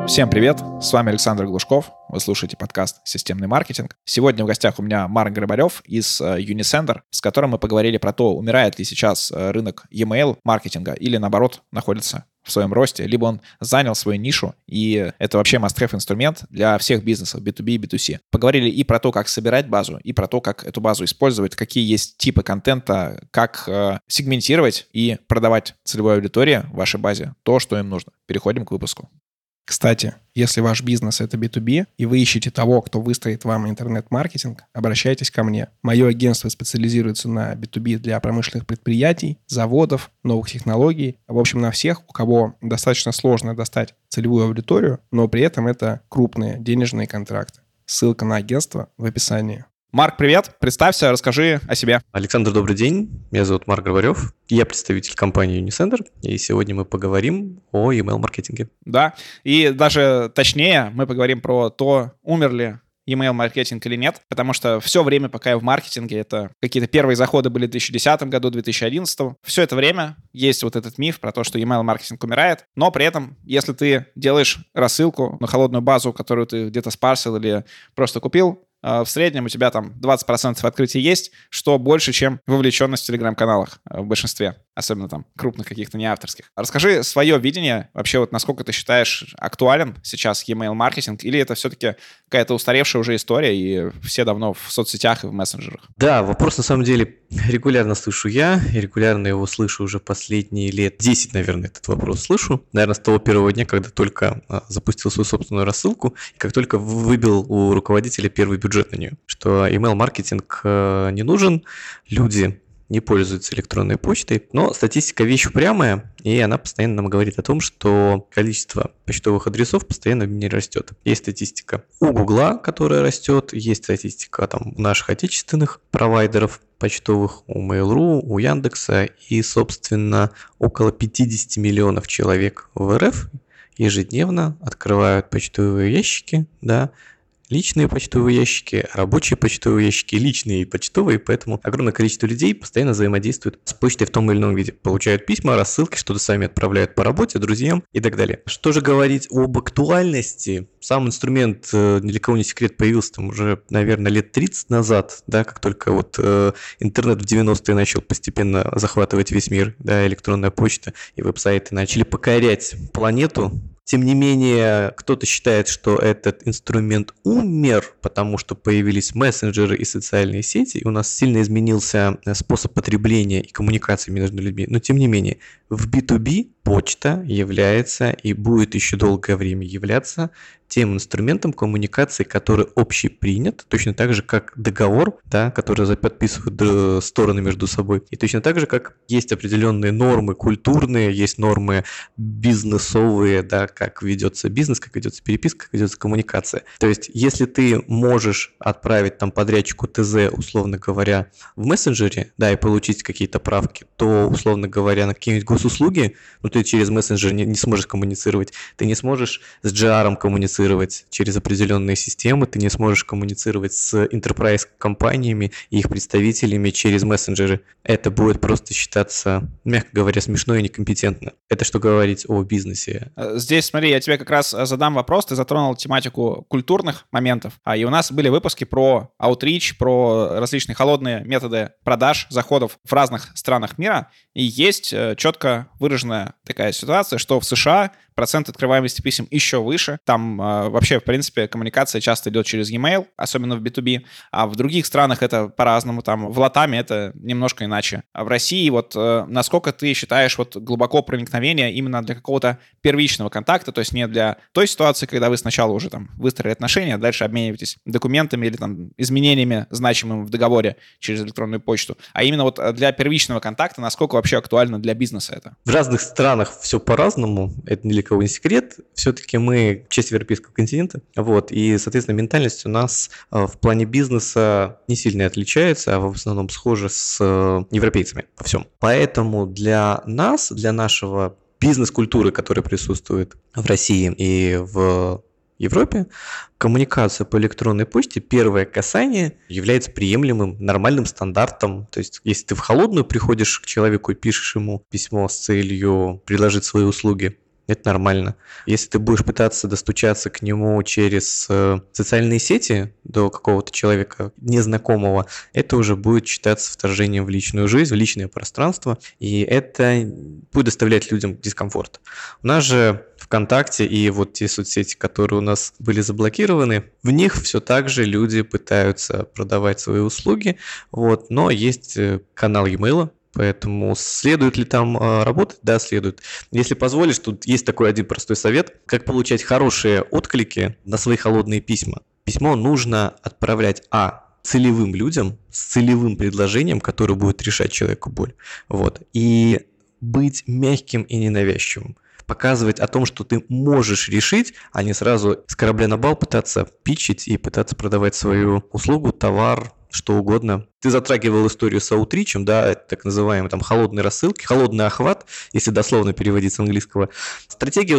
Всем привет, с вами Александр Глушков, вы слушаете подкаст «Системный маркетинг». Сегодня в гостях у меня Марк Грибарев из Unisender, с которым мы поговорили про то, умирает ли сейчас рынок e-mail маркетинга или наоборот находится в своем росте, либо он занял свою нишу, и это вообще must-have инструмент для всех бизнесов B2B и B2C. Поговорили и про то, как собирать базу, и про то, как эту базу использовать, какие есть типы контента, как сегментировать и продавать целевой аудитории в вашей базе то, что им нужно. Переходим к выпуску. Кстати, если ваш бизнес — это B2B, и вы ищете того, кто выстроит вам интернет-маркетинг, обращайтесь ко мне. Мое агентство специализируется на B2B для промышленных предприятий, заводов, новых технологий. В общем, на всех, у кого достаточно сложно достать целевую аудиторию, но при этом это крупные денежные контракты. Ссылка на агентство в описании. Марк, привет. Представься, расскажи о себе. Александр, добрый день. Меня зовут Марк Грибарев. Я представитель компании Unisender, и сегодня мы поговорим о email-маркетинге. Да, и даже точнее мы поговорим про то, умер ли email-маркетинг или нет, потому что все время, пока я в маркетинге, это какие-то первые заходы были в 2010 году, 2011. Все это время есть вот этот миф про то, что email-маркетинг умирает, но при этом, если ты делаешь рассылку на холодную базу, которую ты где-то спарсил или просто купил, в среднем у тебя там 20% открытий есть, что больше, чем вовлеченность в телеграм-каналах в большинстве, особенно там крупных каких-то неавторских. Расскажи свое видение, вообще вот насколько ты считаешь актуален сейчас e-mail маркетинг, или это все-таки какая-то устаревшая уже история, и все давно в соцсетях и в мессенджерах? Да, вопрос на самом деле регулярно слышу я, и регулярно его слышу уже последние лет 10, наверное, этот вопрос слышу. Наверное, с того первого дня, когда только запустил свою собственную рассылку, и как только выбил у руководителя первый бюджет на нее, что email-маркетинг не нужен, люди не пользуются электронной почтой, но статистика вещь упрямая, и она постоянно нам говорит о том, что количество почтовых адресов постоянно не растет. Есть статистика у Гугла, которая растет, есть статистика там у наших отечественных провайдеров почтовых, у Mail.ru, у Яндекса, и, собственно, около 50 миллионов человек в РФ ежедневно открывают почтовые ящики, да, личные почтовые ящики, рабочие почтовые ящики, личные и почтовые, поэтому огромное количество людей постоянно взаимодействует с почтой в том или ином виде. Получают письма, рассылки, что-то сами отправляют по работе, друзьям и так далее. Что же говорить об актуальности? Сам инструмент, ни для кого не секрет, появился там уже, наверное, лет 30 назад, да, как только вот интернет в 90-е начал постепенно захватывать весь мир, да, электронная почта и веб-сайты начали покорять планету. Тем не менее, кто-то считает, что этот инструмент умер, потому что появились мессенджеры и социальные сети, и у нас сильно изменился способ потребления и коммуникации между людьми. Но тем не менее, в B2B почта является и будет еще долгое время являться тем инструментом коммуникации, который общепринят, точно так же, как договор, да, который подписывают стороны между собой. И точно так же, как есть определенные нормы культурные, есть нормы бизнесовые, да, как ведется бизнес, как ведется переписка, как ведется коммуникация. То есть, если ты можешь отправить там подрядчику ТЗ, условно говоря, в мессенджере, да, и получить какие-то правки, то, условно говоря, на какие-нибудь госуслуги, ну, ты через мессенджер не сможешь коммуницировать, ты не сможешь с GR коммуницировать через определенные системы, ты не сможешь коммуницировать с enterprise компаниями и их представителями через мессенджеры. Это будет просто считаться, мягко говоря, смешно и некомпетентно. Это что говорить о бизнесе. Здесь, смотри, я тебе как раз задам вопрос. Ты затронул тематику культурных моментов. И у нас были выпуски про outreach, про различные холодные методы продаж, заходов в разных странах мира. И есть четко выраженная такая ситуация, что в США процент открываемости писем еще выше. Там вообще, в принципе, коммуникация часто идет через e-mail, особенно в B2B. А в других странах это по-разному. Там в Латаме это немножко иначе. А в России вот насколько ты считаешь вот глубоко проникновение именно для какого-то первичного контакта, то есть не для той ситуации, когда вы сначала уже там выстроили отношения, а дальше обмениваетесь документами или там изменениями значимыми в договоре через электронную почту, а именно вот для первичного контакта, насколько вообще актуально для бизнеса это? В разных странах все по-разному, это ни для кого не секрет. Все-таки мы часть европейского континента, вот, и, соответственно, ментальность у нас в плане бизнеса не сильно отличается, а в основном схожа с европейцами во всем. Поэтому для нас, для нашего бизнес-культуры, которая присутствует в России и в Европе, коммуникация по электронной почте, первое касание является приемлемым, нормальным стандартом. То есть, если ты в холодную приходишь к человеку и пишешь ему письмо с целью предложить свои услуги, это нормально. Если ты будешь пытаться достучаться к нему через социальные сети до какого-то человека незнакомого, это уже будет считаться вторжением в личную жизнь, в личное пространство, и это будет доставлять людям дискомфорт. У нас же ВКонтакте и вот те соцсети, которые у нас были заблокированы, в них все так же люди пытаются продавать свои услуги, вот, но есть канал e-mail. Поэтому следует ли там работать? Да, следует. Если позволишь, тут есть такой один простой совет. Как получать хорошие отклики на свои холодные письма. Письмо нужно отправлять целевым людям с целевым предложением, которое будет решать человеку боль. Вот. И быть мягким и ненавязчивым. Показывать о том, что ты можешь решить, а не сразу с корабля на бал пытаться питчить и пытаться продавать свою услугу, товар, что угодно. Ты затрагивал историю с аутричем, да, это так называемые там холодные рассылки, холодный охват, если дословно переводить с английского. Стратегия,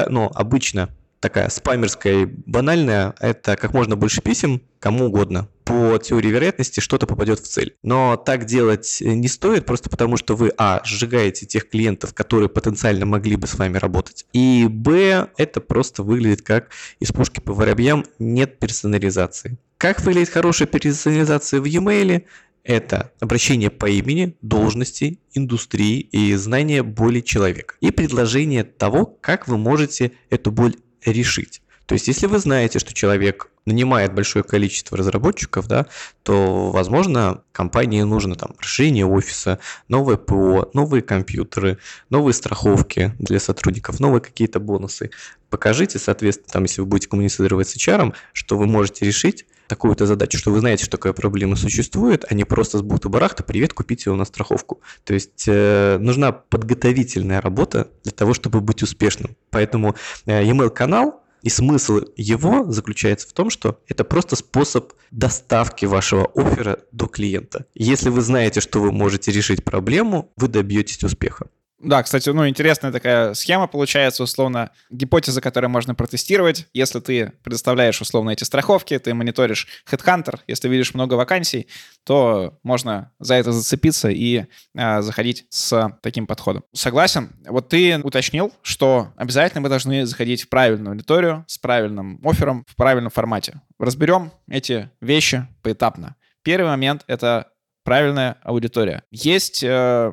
обычно такая спамерская и банальная, это как можно больше писем кому угодно. По теории вероятности что-то попадет в цель. Но так делать не стоит, просто потому что вы, сжигаете тех клиентов, которые потенциально могли бы с вами работать, и, это просто выглядит как из пушки по воробьям, нет персонализации. Как выглядит хорошая персонализация в e-mail? Это обращение по имени, должности, индустрии и знание боли человека. И предложение того, как вы можете эту боль решить. То есть, если вы знаете, что человек нанимает большое количество разработчиков, да, то, возможно, компании нужно там расширение офиса, новое ПО, новые компьютеры, новые страховки для сотрудников, новые какие-то бонусы. Покажите, соответственно, там, если вы будете коммуницировать с HR, что вы можете решить такую-то задачу, что вы знаете, что такая проблема существует, а не просто с бухты-барахта «Привет, купите у нас страховку». То есть нужна подготовительная работа для того, чтобы быть успешным. Поэтому email-канал и смысл его заключается в том, что это просто способ доставки вашего оффера до клиента. Если вы знаете, что вы можете решить проблему, вы добьетесь успеха. Да, кстати, интересная такая схема получается, условно, гипотеза, которую можно протестировать. Если ты предоставляешь, условно, эти страховки, ты мониторишь HeadHunter, если видишь много вакансий, то можно за это зацепиться и заходить с таким подходом. Согласен. Вот ты уточнил, что обязательно мы должны заходить в правильную аудиторию, с правильным оффером, в правильном формате. Разберем эти вещи поэтапно. Первый момент — это правильная аудитория. Есть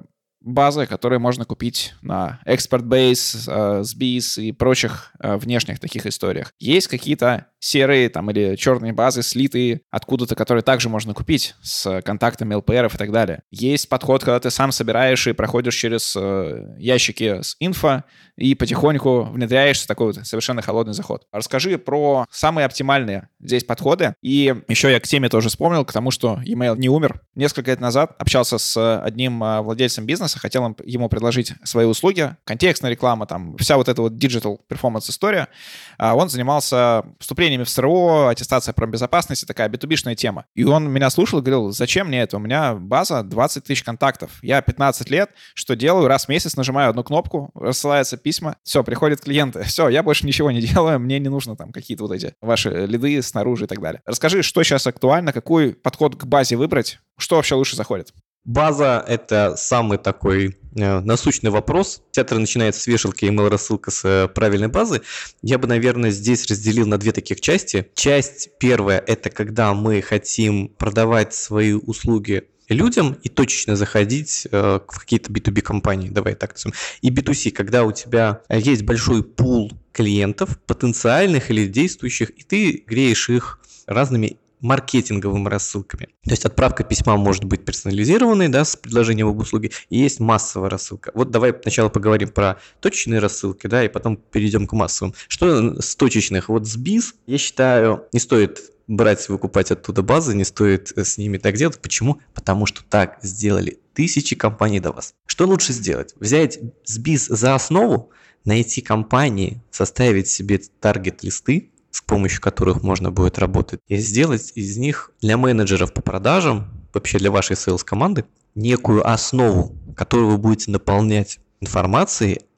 базы, которые можно купить на ExpertBase, SBIS и прочих внешних таких историях. Есть какие-то серые там или черные базы, слитые откуда-то, которые также можно купить с контактами ЛПРов и так далее. Есть подход, когда ты сам собираешь и проходишь через ящики с инфо и потихоньку внедряешься в такой вот совершенно холодный заход. Расскажи про самые оптимальные здесь подходы. И еще я к теме тоже вспомнил, к тому, что e-mail не умер. Несколько лет назад общался с одним владельцем бизнеса, хотел ему предложить свои услуги, контекстная реклама, там вся вот эта вот digital performance история. Он занимался вступлением в СРО, аттестация промбезопасности, такая B2B-шная тема. И он меня слушал и говорил: зачем мне это? У меня база 20 тысяч контактов. Я 15 лет, что делаю? Раз в месяц нажимаю одну кнопку, рассылаются письма, все, приходят клиенты. Все, я больше ничего не делаю, мне не нужно там какие-то вот эти ваши лиды снаружи и так далее. Расскажи, что сейчас актуально, какой подход к базе выбрать, что вообще лучше заходит? База — это самый такой насущный вопрос. Театр начинается с вешалки, email-рассылка с правильной базы. Я бы, наверное, здесь разделил на две таких части. Часть первая — это когда мы хотим продавать свои услуги людям и точечно заходить в какие-то B2B компании, давай так назовем. И B2C, когда у тебя есть большой пул клиентов, потенциальных или действующих, и ты греешь их разными маркетинговыми рассылками. То есть отправка письма может быть персонализированной, да, с предложением об услуге, и есть массовая рассылка. Вот давай сначала поговорим про точечные рассылки, да, и потом перейдем к массовым. Что с точечных? Вот с BIS, я считаю, не стоит брать, выкупать оттуда базы, не стоит с ними так делать. Почему? Потому что так сделали тысячи компаний до вас. Что лучше сделать? Взять SBIS за основу, найти компании, составить себе таргет-листы, с помощью которых можно будет работать, и сделать из них для менеджеров по продажам, вообще для вашей сейлс-команды, некую основу, которую вы будете наполнять информацией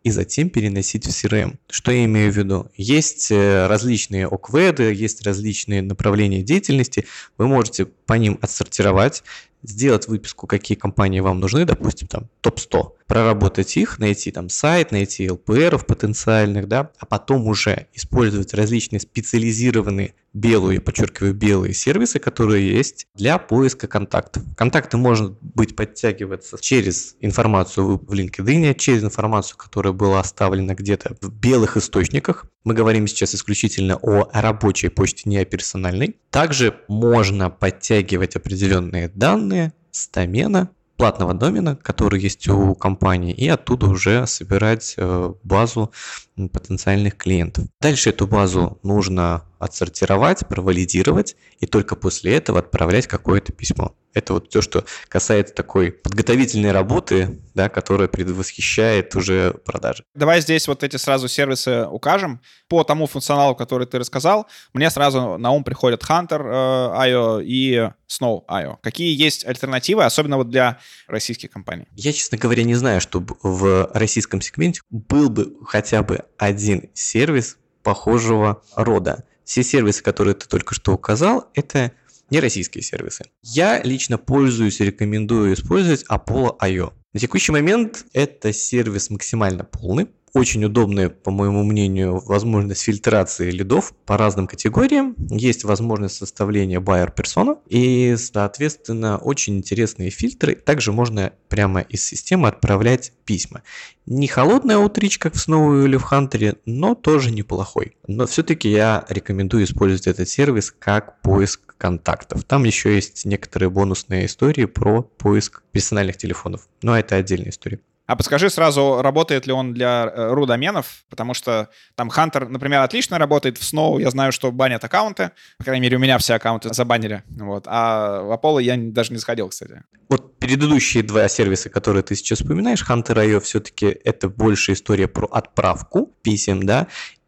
и затем переносить в CRM. Что я имею в виду? Есть различные ОКВЭДы, есть различные направления деятельности. Вы можете по ним отсортировать, сделать выписку, какие компании вам нужны, допустим, там топ-100, проработать их, найти там сайт, найти ЛПРов потенциальных, да, а потом уже использовать различные специализированные белые, подчеркиваю, белые сервисы, которые есть для поиска контактов. Контакты может быть подтягиваться через информацию в LinkedIn, через информацию, которая была оставлена где-то в белых источниках. Мы говорим сейчас исключительно о рабочей почте, не о персональной. Также можно подтягивать определенные данные с домена, платного домена, который есть у компании, и оттуда уже собирать базу потенциальных клиентов. Дальше эту базу нужно отсортировать, провалидировать, и только после этого отправлять какое-то письмо. Это вот все, что касается такой подготовительной работы, да, которая предвосхищает уже продажи. Давай здесь вот эти сразу сервисы укажем. По тому функционалу, который ты рассказал, мне сразу на ум приходят Hunter.io и Snow.io. Какие есть альтернативы, особенно вот для российских компаний? Я, честно говоря, не знаю, чтобы в российском сегменте был бы хотя бы один сервис похожего рода. Все сервисы, которые ты только что указал, это не российские сервисы. Я лично пользуюсь и рекомендую использовать Apollo.io. На текущий момент это сервис максимально полный. Очень удобная, по моему мнению, возможность фильтрации лидов по разным категориям. Есть возможность составления buyer-persona и, соответственно, очень интересные фильтры. Также можно прямо из системы отправлять письма. Не холодный аутрич, как в Snow или в Hunter, но тоже неплохой. Но все-таки я рекомендую использовать этот сервис как поиск контактов. Там еще есть некоторые бонусные истории про поиск персональных телефонов. Но это отдельная история. А подскажи сразу, работает ли он для RU-доменов, потому что там Hunter, например, отлично работает, в Snow я знаю, что банят аккаунты, по крайней мере, у меня все аккаунты забанили, вот, а в Apollo я даже не сходил, кстати. Вот предыдущие два сервиса, которые ты сейчас вспоминаешь, Hunter.io, все-таки это больше история про отправку писем, да,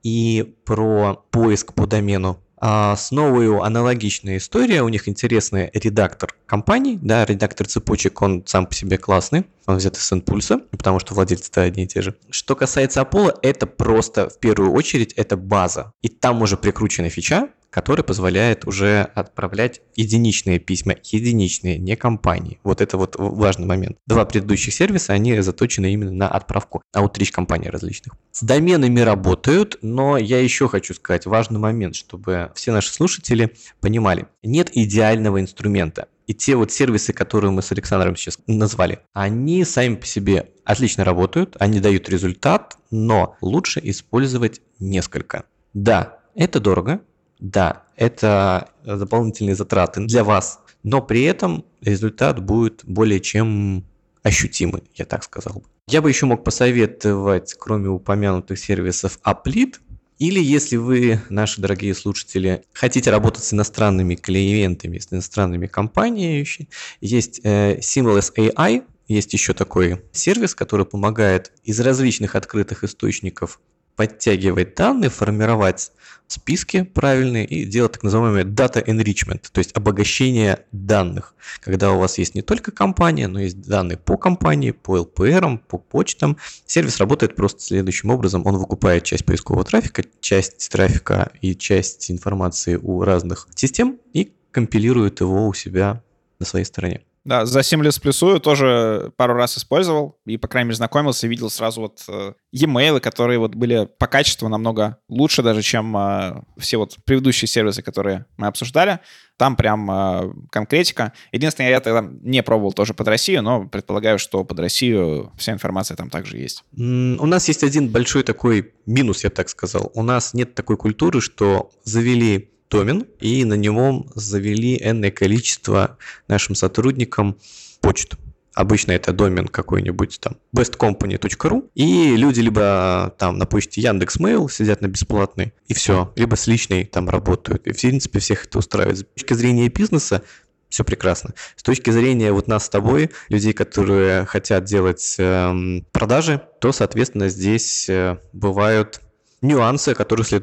и про поиск по домену. А с Snow.io аналогичная история, у них интересный редактор компаний, да, редактор цепочек, он сам по себе классный, он взят из Impulse, потому что владельцы-то одни и те же. Что касается Apollo, это просто, в первую очередь, это база, и там уже прикручена фича, которая позволяет уже отправлять единичные письма, единичные, не компании. Вот это вот важный момент. Два предыдущих сервиса, они заточены именно на отправку аутрич компаний различных. С доменами работают, но я еще хочу сказать важный момент, чтобы все наши слушатели понимали. Нет идеального инструмента. И те вот сервисы, которые мы с Александром сейчас назвали, они сами по себе отлично работают, они дают результат, но лучше использовать несколько. Да, это дорого. Да, это дополнительные затраты для вас, но при этом результат будет более чем ощутимый, я так сказал бы. Я бы еще мог посоветовать, кроме упомянутых сервисов, Applead, или если вы, наши дорогие слушатели, хотите работать с иностранными клиентами, с иностранными компаниями, есть Seamless AI, есть еще такой сервис, который помогает из различных открытых источников подтягивать данные, формировать списки правильные и делать так называемый data enrichment, то есть обогащение данных. Когда у вас есть не только компания, но есть данные по компании, по LPR, по почтам. Сервис работает просто следующим образом. Он выкупает часть поискового трафика, часть трафика и часть информации у разных систем и компилирует его у себя на своей стороне. Да, за Seamless плюсую, тоже пару раз использовал и, по крайней мере, знакомился, видел сразу вот e-mail, которые вот были по качеству намного лучше даже, чем все вот предыдущие сервисы, которые мы обсуждали. Там прям конкретика. Единственное, я тогда не пробовал тоже под Россию, но предполагаю, что под Россию вся информация там также есть. У нас есть один большой такой минус, я бы так сказал. У нас нет такой культуры, что завели домен, и на нем завели энное количество нашим сотрудникам почт. Обычно это домен какой-нибудь там bestcompany.ru, и люди либо там на почте Яндекс.Мейл сидят на бесплатной, и все, либо с личной там работают. И в принципе всех это устраивает. С точки зрения бизнеса все прекрасно. С точки зрения вот нас с тобой, людей, которые хотят делать продажи, то, соответственно, здесь бывают нюансы, которые следует знать.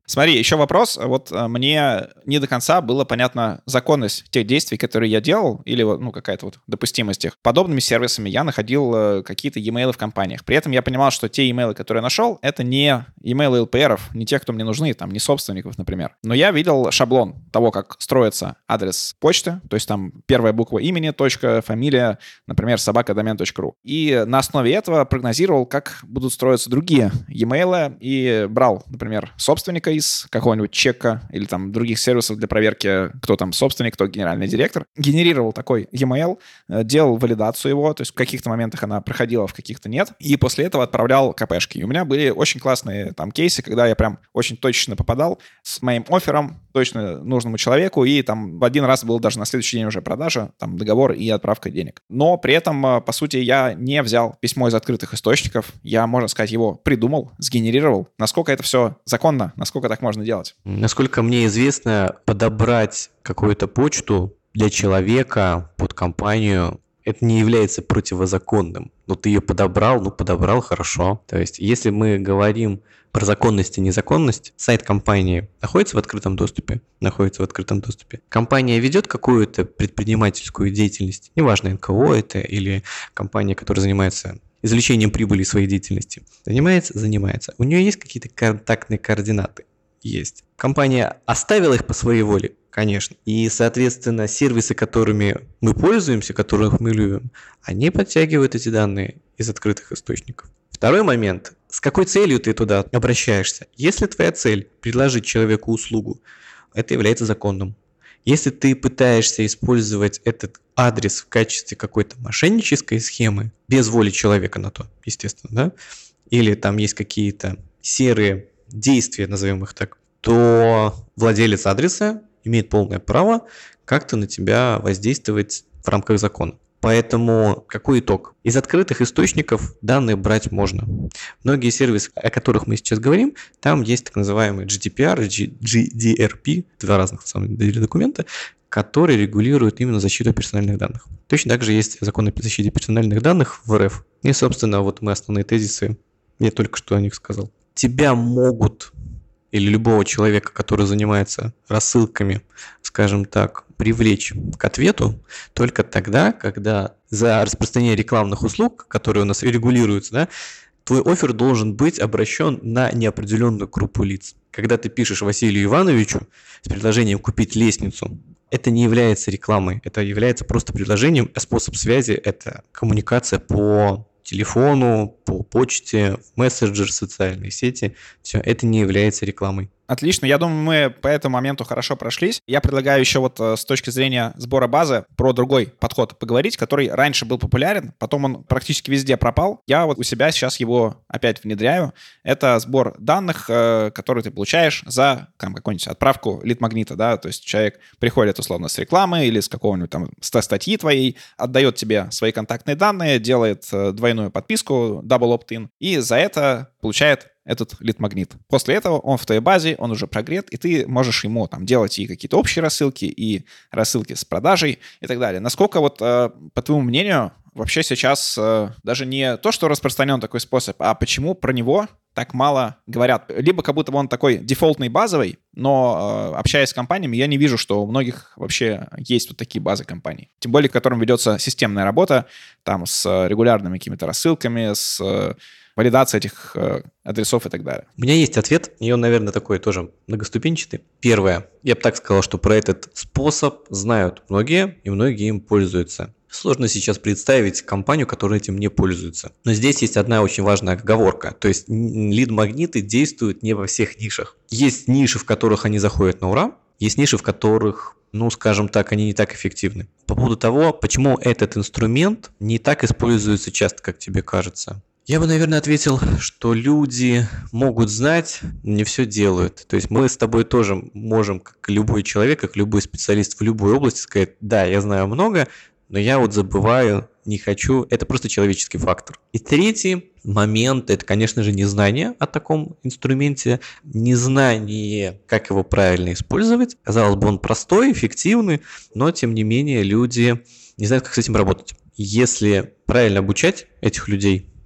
Смотри, еще вопрос. Вот мне не до конца было понятна законность тех действий, которые я делал, или какая-то вот допустимость их. Подобными сервисами я находил какие-то e-mail в компаниях. При этом я понимал, что те e-mail, которые я нашел, это не e-mail LPR-ов, не те, кто мне нужны, там, не собственников, например. Но я видел шаблон того, как строится адрес почты, то есть там первая буква имени, точка, фамилия, например, собакадомен.ру. И на основе этого прогнозировал, как будут строиться другие e-mail, и брал, например, собственника из какого-нибудь чека или там других сервисов для проверки, кто там собственник, кто генеральный директор. Генерировал такой e-mail, делал валидацию его, то есть в каких-то моментах она проходила, в каких-то нет, и после этого отправлял КПшки. И у меня были очень классные там кейсы, когда я прям очень точно попадал с моим оффером точно нужному человеку, и там в один раз был даже на следующий день уже продажа, там договор и отправка денег. Но при этом, по сути, я не взял письмо из открытых источников, я, можно сказать, его придумал, сгенерировал. Насколько это все законно, насколько так можно делать? Насколько мне известно, подобрать какую-то почту для человека под компанию, это не является противозаконным. Но ты ее подобрал, хорошо. То есть, если мы говорим про законность и незаконность, сайт компании находится в открытом доступе? Находится в открытом доступе. Компания ведет какую-то предпринимательскую деятельность, неважно, НКО это или компания, которая занимается извлечением прибыли своей деятельности. Занимается. У нее есть какие-то контактные координаты? Есть. Компания оставила их по своей воле? Конечно. И, соответственно, сервисы, которыми мы пользуемся, которых мы любим, они подтягивают эти данные из открытых источников. Второй момент. С какой целью ты туда обращаешься? Если твоя цель – предложить человеку услугу, это является законным. Если ты пытаешься использовать этот адрес в качестве какой-то мошеннической схемы, без воли человека на то, естественно, да, или там есть какие-то серые действия, назовем их так, то владелец адреса имеет полное право как-то на тебя воздействовать в рамках закона. Поэтому какой итог? Из открытых источников данные брать можно. Многие сервисы, о которых мы сейчас говорим, там есть так называемый GDPR, GDRP, два разных на самом деле документа, которые регулируют именно защиту персональных данных. Точно так же есть закон о защите персональных данных в РФ. И, собственно, вот мы основные тезисы, я только что о них сказал. Тебя могут, или любого человека, который занимается рассылками, скажем так, привлечь к ответу только тогда, когда за распространение рекламных услуг, которые у нас регулируются, да, твой оффер должен быть обращен на неопределенную группу лиц. Когда ты пишешь Василию Ивановичу с предложением купить лестницу, это не является рекламой, это является просто предложением, а способ связи – это коммуникация по телефону, по почте, в мессенджер, социальные сети. Все, это не является рекламой. Отлично. Я думаю, мы по этому моменту хорошо прошлись. Я предлагаю еще вот с точки зрения сбора базы про другой подход поговорить, который раньше был популярен, потом он практически везде пропал. Я вот у себя сейчас его опять внедряю. Это сбор данных, которые ты получаешь за там, какую-нибудь отправку лид-магнита, да, то есть человек приходит условно с рекламы или с какого-нибудь там статьи твоей, отдает тебе свои контактные данные, делает двойную подписку, double opt-in, и за это получает этот лид-магнит. После этого он в твоей базе, он уже прогрет, и ты можешь ему там делать и какие-то общие рассылки, и рассылки с продажей и так далее. Насколько вот, по твоему мнению, вообще сейчас даже не то, что распространен такой способ, а почему про него так мало говорят? Либо как будто бы он такой дефолтный, базовый, но общаясь с компаниями, я не вижу, что у многих вообще есть вот такие базы компаний. Тем более, к которым ведется системная работа, там с регулярными какими-то рассылками, с валидация этих адресов и так далее. У меня есть ответ, и он, наверное, такой тоже многоступенчатый. Первое. Я бы так сказал, что про этот способ знают многие, и многие им пользуются. Сложно сейчас представить компанию, которая этим не пользуется. Но здесь есть одна очень важная оговорка. То есть лид-магниты действуют не во всех нишах. Есть ниши, в которых они заходят на ура, есть ниши, в которых, ну, скажем так, они не так эффективны. По поводу того, почему этот инструмент не так используется часто, как тебе кажется. Я бы, наверное, ответил, что люди могут знать, но не все делают. То есть мы с тобой тоже можем, как любой человек, как любой специалист в любой области, сказать: да, я знаю много, но я вот забываю, не хочу. Это просто человеческий фактор. И третий момент – это, конечно же, незнание о таком инструменте, незнание, как его правильно использовать. Казалось бы, он простой, эффективный, но, тем не менее, люди не знают, как с этим работать. Если правильно обучать этих людей,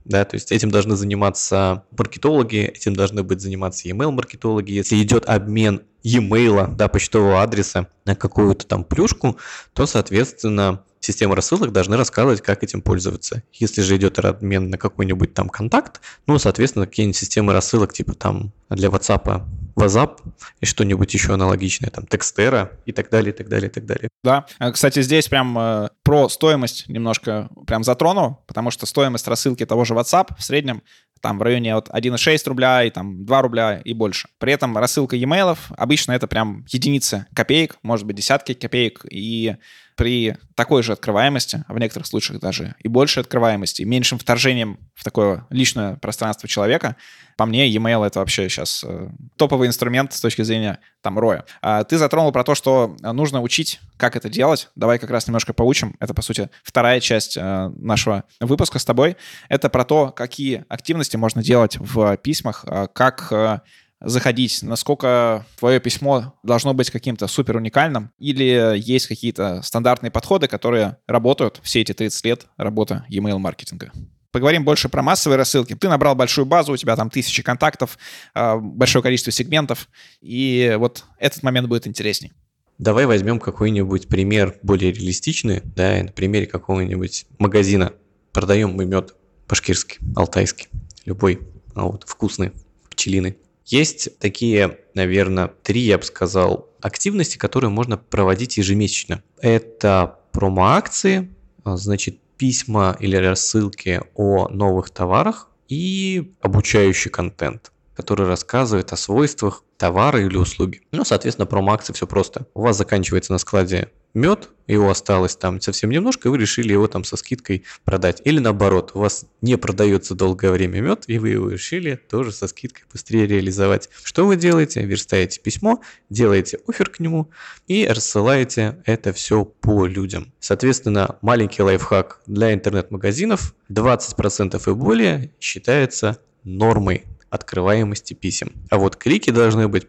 да, то есть этим должны заниматься маркетологи, этим должны быть заниматься email-маркетологи. Если идет обмен e-mail, да, почтового адреса на какую-то там плюшку, то, соответственно, системы рассылок должны рассказывать, как этим пользоваться. Если же идет обмен на какой-нибудь там контакт, ну, соответственно, какие-нибудь системы рассылок, типа там для WhatsApp, WhatsApp и что-нибудь еще аналогичное, там, Textera и так далее, и так далее, и так далее. Да, кстати, здесь прям про стоимость немножко прям затрону, потому что стоимость рассылки того же WhatsApp в среднем там в районе от 1,6 рубля и там 2 рубля и больше. При этом рассылка e-mail обычно это прям единицы копеек, может быть, десятки копеек, и при такой же открываемости, а в некоторых случаях даже и большей открываемости, и меньшим вторжением в такое личное пространство человека, по мне, e-mail — это вообще сейчас топовый инструмент с точки зрения там ROI. Ты затронул про то, что нужно учить, как это делать. Давай как раз немножко поучим. Это, по сути, вторая часть нашего выпуска с тобой. Это про то, какие активности можно делать в письмах, как заходить, насколько твое письмо должно быть каким-то супер уникальным, или есть какие-то стандартные подходы, которые работают все эти 30 лет работы e-mail маркетинга. Поговорим больше про массовые рассылки. Ты набрал большую базу, у тебя там тысячи контактов, большое количество сегментов, и вот этот момент будет интересней. Давай возьмем какой-нибудь пример более реалистичный, да, на примере какого-нибудь магазина. Продаем мы мед башкирский, алтайский, любой, вкусный, пчелиный. Есть такие, наверное, 3, я бы сказал, активности, которые можно проводить ежемесячно. Это промо-акции, значит, письма или рассылки о новых товарах и обучающий контент, который рассказывает о свойствах товара или услуги. Ну, соответственно, промо-акции все просто. У вас заканчивается на складе мед, его осталось там совсем немножко, и вы решили его там со скидкой продать. Или наоборот, у вас не продается долгое время мед, и вы его решили тоже со скидкой быстрее реализовать. Что вы делаете? Верстаете письмо, делаете оффер к нему и рассылаете это все по людям. Соответственно, маленький лайфхак для интернет-магазинов: 20% и более считается нормой открываемости писем. А вот клики должны быть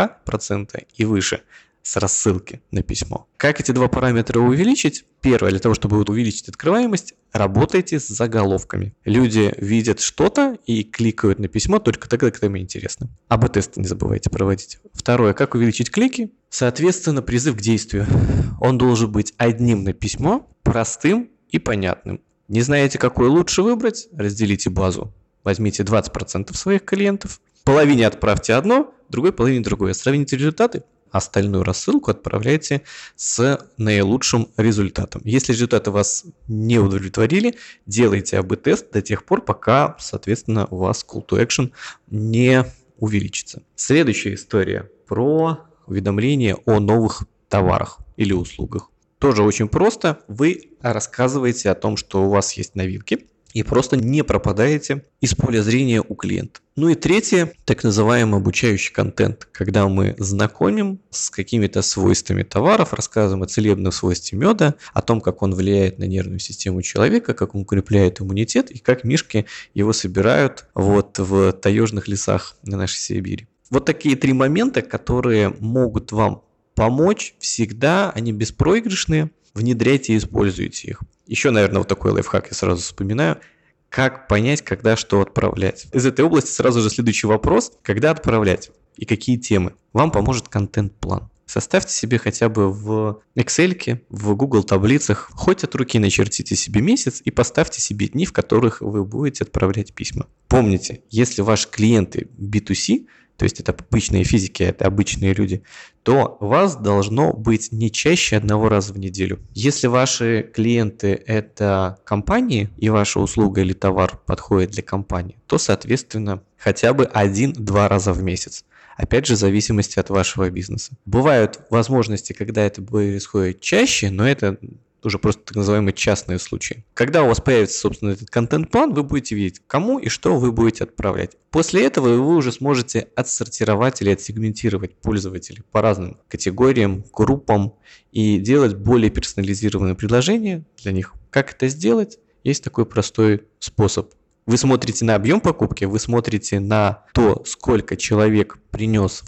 1,5% и выше с рассылки на письмо. Как эти два параметра увеличить? Первое, для того, чтобы увеличить открываемость, работайте с заголовками. Люди видят что-то и кликают на письмо только тогда, когда им интересно. АБ-тесты не забывайте проводить. Второе, как увеличить клики? Соответственно, призыв к действию. Он должен быть одним на письмо, простым и понятным. Не знаете, какой лучше выбрать? Разделите базу. Возьмите 20% своих клиентов, половине отправьте одно, другой половине другое. Сравните результаты, остальную рассылку отправляйте с наилучшим результатом. Если результаты вас не удовлетворили, делайте АБ-тест до тех пор, пока, соответственно, у вас call to action не увеличится. Следующая история про уведомления о новых товарах или услугах. Тоже очень просто. Вы рассказываете о том, что у вас есть новинки, и просто не пропадаете из поля зрения у клиента. Ну и третье, так называемый обучающий контент, когда мы знакомим с какими-то свойствами товаров, рассказываем о целебном свойстве меда, о том, как он влияет на нервную систему человека, как он укрепляет иммунитет и как мишки его собирают в таежных лесах на нашей Сибири. Вот такие 3 момента, которые могут вам помочь всегда, они беспроигрышные. Внедряйте и используйте их. Еще, наверное, вот такой лайфхак я сразу вспоминаю. Как понять, когда что отправлять? Из этой области сразу же следующий вопрос. Когда отправлять и какие темы? Вам поможет контент-план. Составьте себе хотя бы в Excel, в Google таблицах, хоть от руки начертите себе месяц и поставьте себе дни, в которых вы будете отправлять письма. Помните, если ваши клиенты B2C, то есть это обычные физики, это обычные люди, то вас должно быть не чаще 1 раза в неделю. Если ваши клиенты это компании, и ваша услуга или товар подходит для компании, то, соответственно, хотя бы 1-2 раза в месяц. Опять же, в зависимости от вашего бизнеса. Бывают возможности, когда это происходит чаще, но это уже просто так называемые частные случаи. Когда у вас появится, собственно, этот контент-план, вы будете видеть, кому и что вы будете отправлять. После этого вы уже сможете отсортировать или отсегментировать пользователей по разным категориям, группам и делать более персонализированные предложения для них. Как это сделать? Есть такой простой способ. Вы смотрите на объем покупки, вы смотрите на то, сколько человек принес вам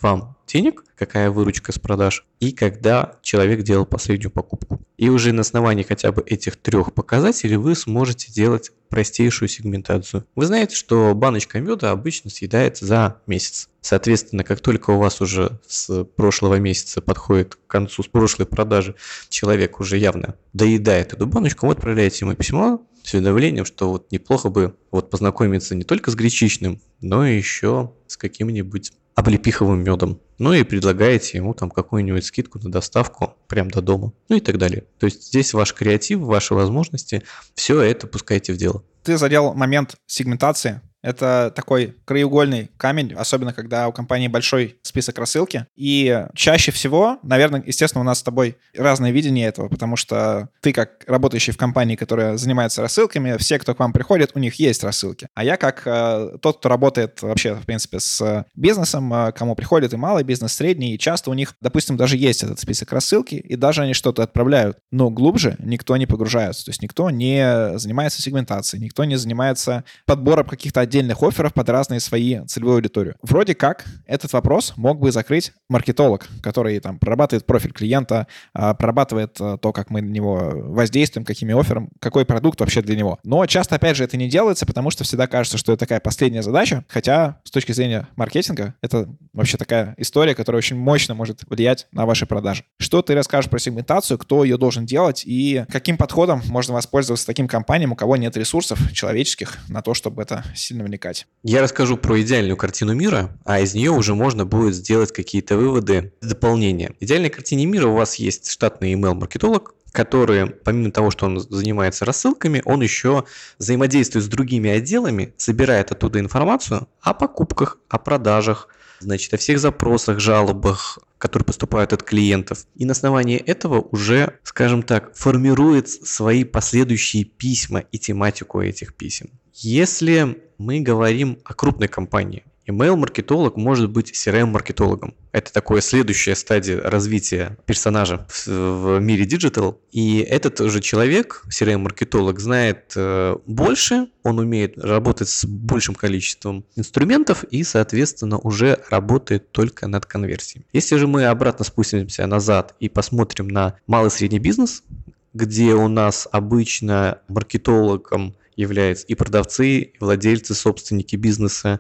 денег, какая выручка с продаж, и когда человек делал последнюю покупку. И уже на основании хотя бы этих 3 показателей вы сможете делать простейшую сегментацию. Вы знаете, что баночка меда обычно съедается за месяц. Соответственно, как только у вас уже с прошлого месяца подходит к концу, с прошлой продажи, человек уже явно доедает эту баночку, вы отправляете ему письмо с уведомлением, что вот неплохо бы вот познакомиться не только с гречичным, но и еще с каким-нибудь облепиховым медом. Ну и предлагаете ему там какую-нибудь скидку на доставку прямо до дома. Ну и так далее. То есть здесь ваш креатив, ваши возможности, все это пускайте в дело. Ты задел момент сегментации. Это такой краеугольный камень, особенно когда у компании большой список рассылки. И чаще всего, наверное, естественно, у нас с тобой разное видение этого, потому что ты, как работающий в компании, которая занимается рассылками, все, кто к вам приходит, у них есть рассылки. А я, как тот, кто работает вообще, в принципе, с бизнесом, кому приходит и малый бизнес, средний, и часто у них, допустим, даже есть этот список рассылки, и даже они что-то отправляют. Но глубже никто не погружается. То есть никто не занимается сегментацией, никто не занимается подбором каких-то отдельных офферов под разные свои целевую аудиторию. Вроде как этот вопрос мог бы закрыть маркетолог, который там прорабатывает профиль клиента, прорабатывает то, как мы на него воздействуем, какими офферами, какой продукт вообще для него. Но часто, опять же, это не делается, потому что всегда кажется, что это такая последняя задача, хотя с точки зрения маркетинга это вообще такая история, которая очень мощно может влиять на ваши продажи. Что ты расскажешь про сегментацию, кто ее должен делать и каким подходом можно воспользоваться таким компаниям, у кого нет ресурсов человеческих на то, чтобы это сильно вникать? Я расскажу про идеальную картину мира, а из нее уже можно будет сделать какие-то выводы, дополнения. В идеальной картине мира у вас есть штатный email-маркетолог, который, помимо того, что он занимается рассылками, он еще взаимодействует с другими отделами, собирает оттуда информацию о покупках, о продажах, значит, о всех запросах, жалобах, которые поступают от клиентов. И на основании этого уже, скажем так, формирует свои последующие письма и тематику этих писем. Если мы говорим о крупной компании, email-маркетолог может быть CRM-маркетологом. Это такая следующая стадия развития персонажа в мире диджитал. И этот же человек, CRM-маркетолог, знает больше, он умеет работать с большим количеством инструментов и, соответственно, уже работает только над конверсией. Если же мы обратно спустимся назад и посмотрим на малый и средний бизнес, где у нас обычно маркетологом являются и продавцы, и владельцы, собственники бизнеса,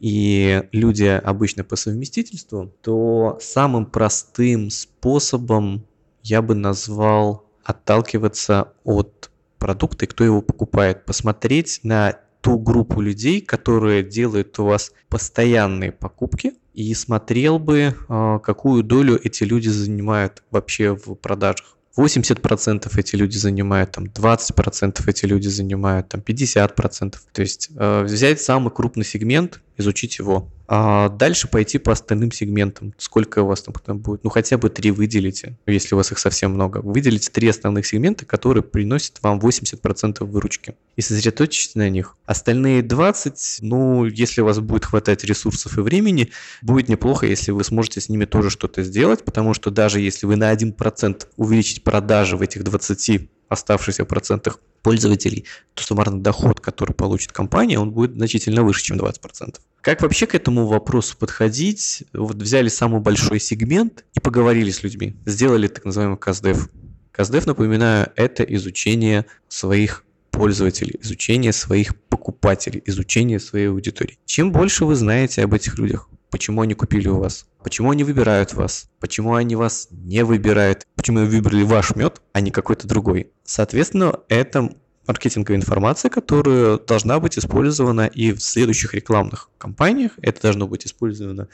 и люди обычно по совместительству, то самым простым способом я бы назвал отталкиваться от продукта и кто его покупает, посмотреть на ту группу людей, которые делают у вас постоянные покупки, и смотрел бы, какую долю эти люди занимают вообще в продажах. 80% эти люди занимают, там, 20% эти люди занимают, там, 50%. То есть взять самый крупный сегмент, изучить его. А дальше пойти по остальным сегментам. Сколько у вас там будет? Ну, хотя бы 3 выделите, если у вас их совсем много. Выделите 3 основных сегмента, которые приносят вам 80% выручки. И сосредоточьтесь на них. Остальные 20, ну, если у вас будет хватать ресурсов и времени, будет неплохо, если вы сможете с ними тоже что-то сделать, потому что даже если вы на 1% увеличите продажи в этих 20 оставшихся процентах пользователей, то суммарный доход, который получит компания, он будет значительно выше, чем 20%. Как вообще к этому вопросу подходить? Вот взяли самый большой сегмент и поговорили с людьми. Сделали так называемый КСДФ. КСДФ, напоминаю, это изучение своих пользователей, изучение своих покупателей, изучение своей аудитории. Чем больше вы знаете об этих людях, почему они купили у вас, почему они выбирают вас, почему они вас не выбирают, почему они выбрали ваш мед, а не какой-то другой. Соответственно, это маркетинговая информация, которая должна быть использована и в следующих рекламных кампаниях, это должно быть использовано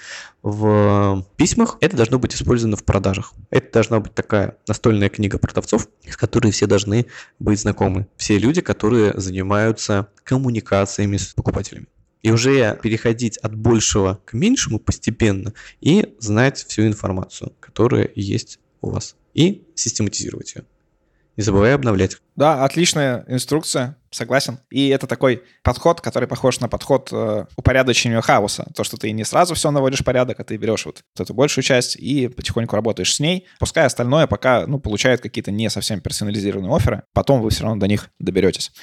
в письмах, это должно быть использовано в продажах. Это должна быть такая настольная книга продавцов, с которой все должны быть знакомы. Все люди, которые занимаются коммуникациями с покупателями. И уже переходить от большего к меньшему постепенно и знать всю информацию, которая есть у вас, и систематизировать ее. Не забывай обновлять. Да, отличная инструкция, согласен. И это такой подход, который похож на подход упорядочения хаоса. То, что ты не сразу все наводишь в порядок, а ты берешь вот эту большую часть и потихоньку работаешь с ней, пускай остальное пока получает какие-то не совсем персонализированные офферы, потом вы все равно до них доберетесь.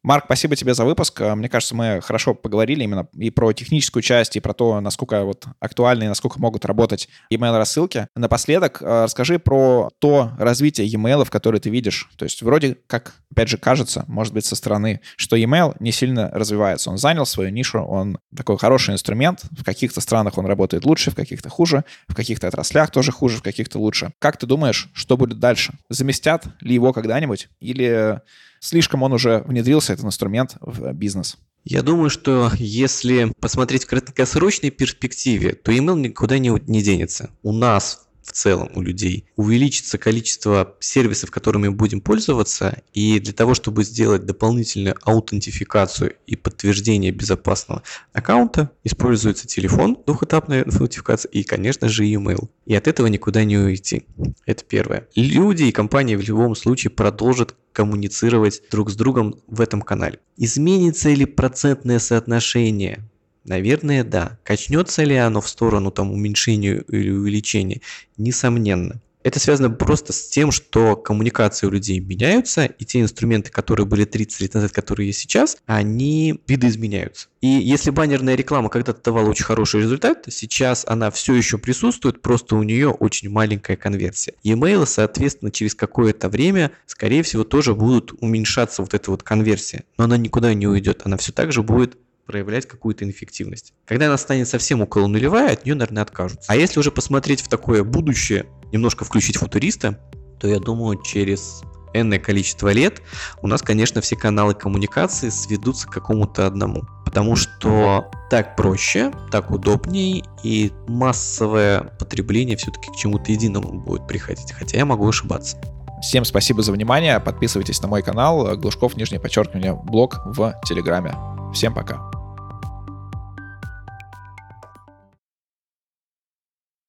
Марк, спасибо тебе за выпуск. Мне кажется, мы хорошо поговорили именно и про техническую часть, и про то, насколько вот актуальны и насколько могут работать email-рассылки. Напоследок расскажи про то развитие e-mail, которое ты видишь. То есть вроде как, опять же, кажется, может быть, со стороны, что email не сильно развивается. Он занял свою нишу, он такой хороший инструмент. В каких-то странах он работает лучше, в каких-то хуже, в каких-то отраслях тоже хуже, в каких-то лучше. Как ты думаешь, что будет дальше? Заместят ли его когда-нибудь? Или слишком он уже внедрился, этот инструмент, в бизнес? Я думаю, что если посмотреть в краткосрочной перспективе, то email никуда не денется. У нас в целом, у людей, увеличится количество сервисов, которыми мы будем пользоваться, и для того, чтобы сделать дополнительную аутентификацию и подтверждение безопасного аккаунта, используется телефон, двухэтапная аутентификация и, конечно же, email. И от этого никуда не уйти. Это первое. Люди и компании в любом случае продолжат коммуницировать друг с другом в этом канале. Изменится ли процентное соотношение? Наверное, да. Качнется ли оно в сторону уменьшения или увеличения? Несомненно. Это связано просто с тем, что коммуникации у людей меняются, и те инструменты, которые были 30 лет назад, которые есть сейчас, они видоизменяются. И если баннерная реклама когда-то давала очень хороший результат, сейчас она все еще присутствует, просто у нее очень маленькая конверсия. E-mail, соответственно, через какое-то время, скорее всего, тоже будут уменьшаться вот эта вот конверсия. Но она никуда не уйдет, она все так же будет проявлять какую-то инфективность. Когда она станет совсем около нулевая, от нее, наверное, откажутся. А если уже посмотреть в такое будущее, немножко включить футуриста, то я думаю, через энное количество лет у нас, конечно, все каналы коммуникации сведутся к какому-то одному. Потому что так проще, так удобнее, и массовое потребление все-таки к чему-то единому будет приходить. Хотя я могу ошибаться. Всем спасибо за внимание. Подписывайтесь на мой канал Глушков, _блог в Телеграме. Всем пока.